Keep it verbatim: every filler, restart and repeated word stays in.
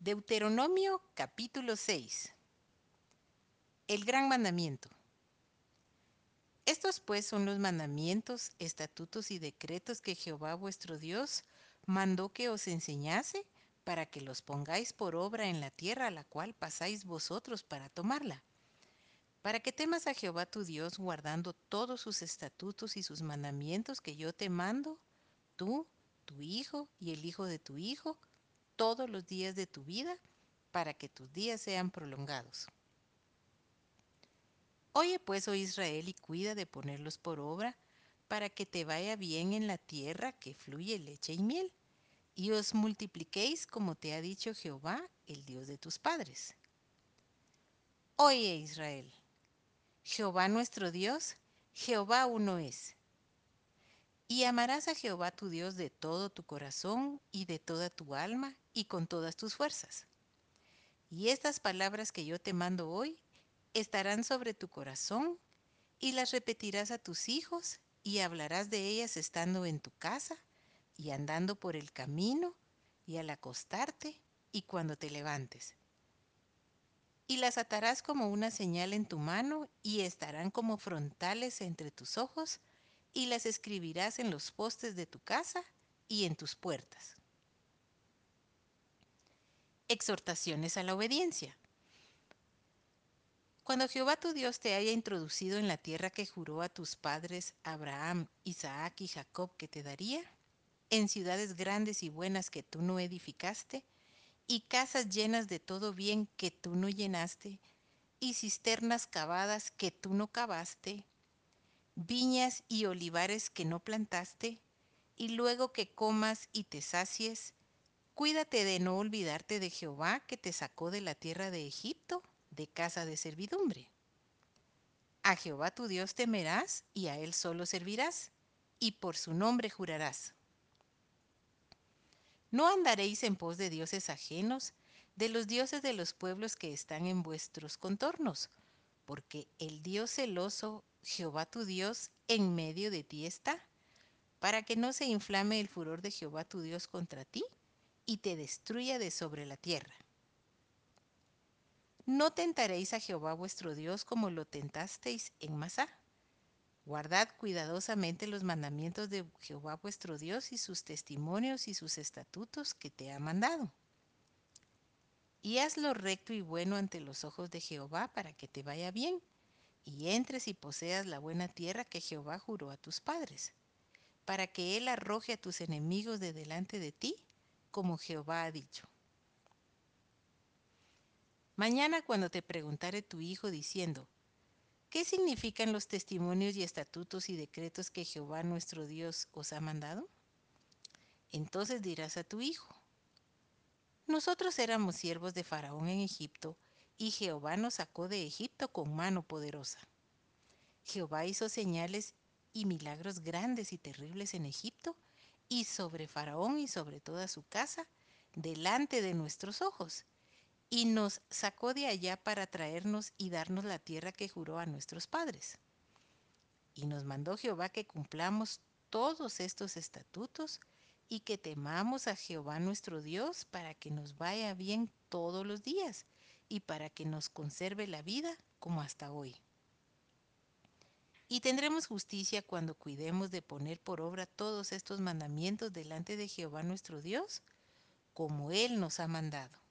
Deuteronomio capítulo seis. El gran mandamiento. Estos pues son los mandamientos, estatutos y decretos que Jehová vuestro Dios mandó que os enseñase para que los pongáis por obra en la tierra a la cual pasáis vosotros para tomarla, para que temas a Jehová tu Dios guardando todos sus estatutos y sus mandamientos que yo te mando, tú, tu hijo y el hijo de tu hijo, todos los días de tu vida, para que tus días sean prolongados. Oye pues, oh Israel, y cuida de ponerlos por obra, para que te vaya bien en la tierra que fluye leche y miel, y os multipliquéis como te ha dicho Jehová, el Dios de tus padres. Oye Israel, Jehová nuestro Dios, Jehová uno es. Y amarás a Jehová tu Dios de todo tu corazón y de toda tu alma y con todas tus fuerzas. Y estas palabras que yo te mando hoy estarán sobre tu corazón, y las repetirás a tus hijos, y hablarás de ellas estando en tu casa, y andando por el camino, y al acostarte, y cuando te levantes. Y las atarás como una señal en tu mano, y estarán como frontales entre tus ojos, y las escribirás en los postes de tu casa y en tus puertas. Exhortaciones a la obediencia. Cuando Jehová tu Dios te haya introducido en la tierra que juró a tus padres Abraham, Isaac y Jacob que te daría, en ciudades grandes y buenas que tú no edificaste, y casas llenas de todo bien que tú no llenaste, y cisternas cavadas que tú no cavaste, viñas y olivares que no plantaste, y luego que comas y te sacies, cuídate de no olvidarte de Jehová que te sacó de la tierra de Egipto, de casa de servidumbre. A Jehová tu Dios temerás y a él solo servirás, y por su nombre jurarás. No andaréis en pos de dioses ajenos, de los dioses de los pueblos que están en vuestros contornos, porque el Dios celoso, Jehová tu Dios, en medio de ti está, para que no se inflame el furor de Jehová tu Dios contra ti y te destruya de sobre la tierra. No tentaréis a Jehová vuestro Dios como lo tentasteis en Masá. Guardad cuidadosamente los mandamientos de Jehová vuestro Dios y sus testimonios y sus estatutos que te ha mandado. Y haz lo recto y bueno ante los ojos de Jehová para que te vaya bien, y entres y poseas la buena tierra que Jehová juró a tus padres, para que él arroje a tus enemigos de delante de ti, como Jehová ha dicho. Mañana cuando te preguntare tu hijo diciendo, ¿qué significan los testimonios y estatutos y decretos que Jehová nuestro Dios os ha mandado? Entonces dirás a tu hijo, nosotros éramos siervos de Faraón en Egipto, y Jehová nos sacó de Egipto con mano poderosa. Jehová hizo señales y milagros grandes y terribles en Egipto, y sobre Faraón y sobre toda su casa, delante de nuestros ojos, y nos sacó de allá para traernos y darnos la tierra que juró a nuestros padres. Y nos mandó Jehová que cumplamos todos estos estatutos y que temamos a Jehová nuestro Dios para que nos vaya bien todos los días y para que nos conserve la vida como hasta hoy. Y tendremos justicia cuando cuidemos de poner por obra todos estos mandamientos delante de Jehová nuestro Dios, como Él nos ha mandado.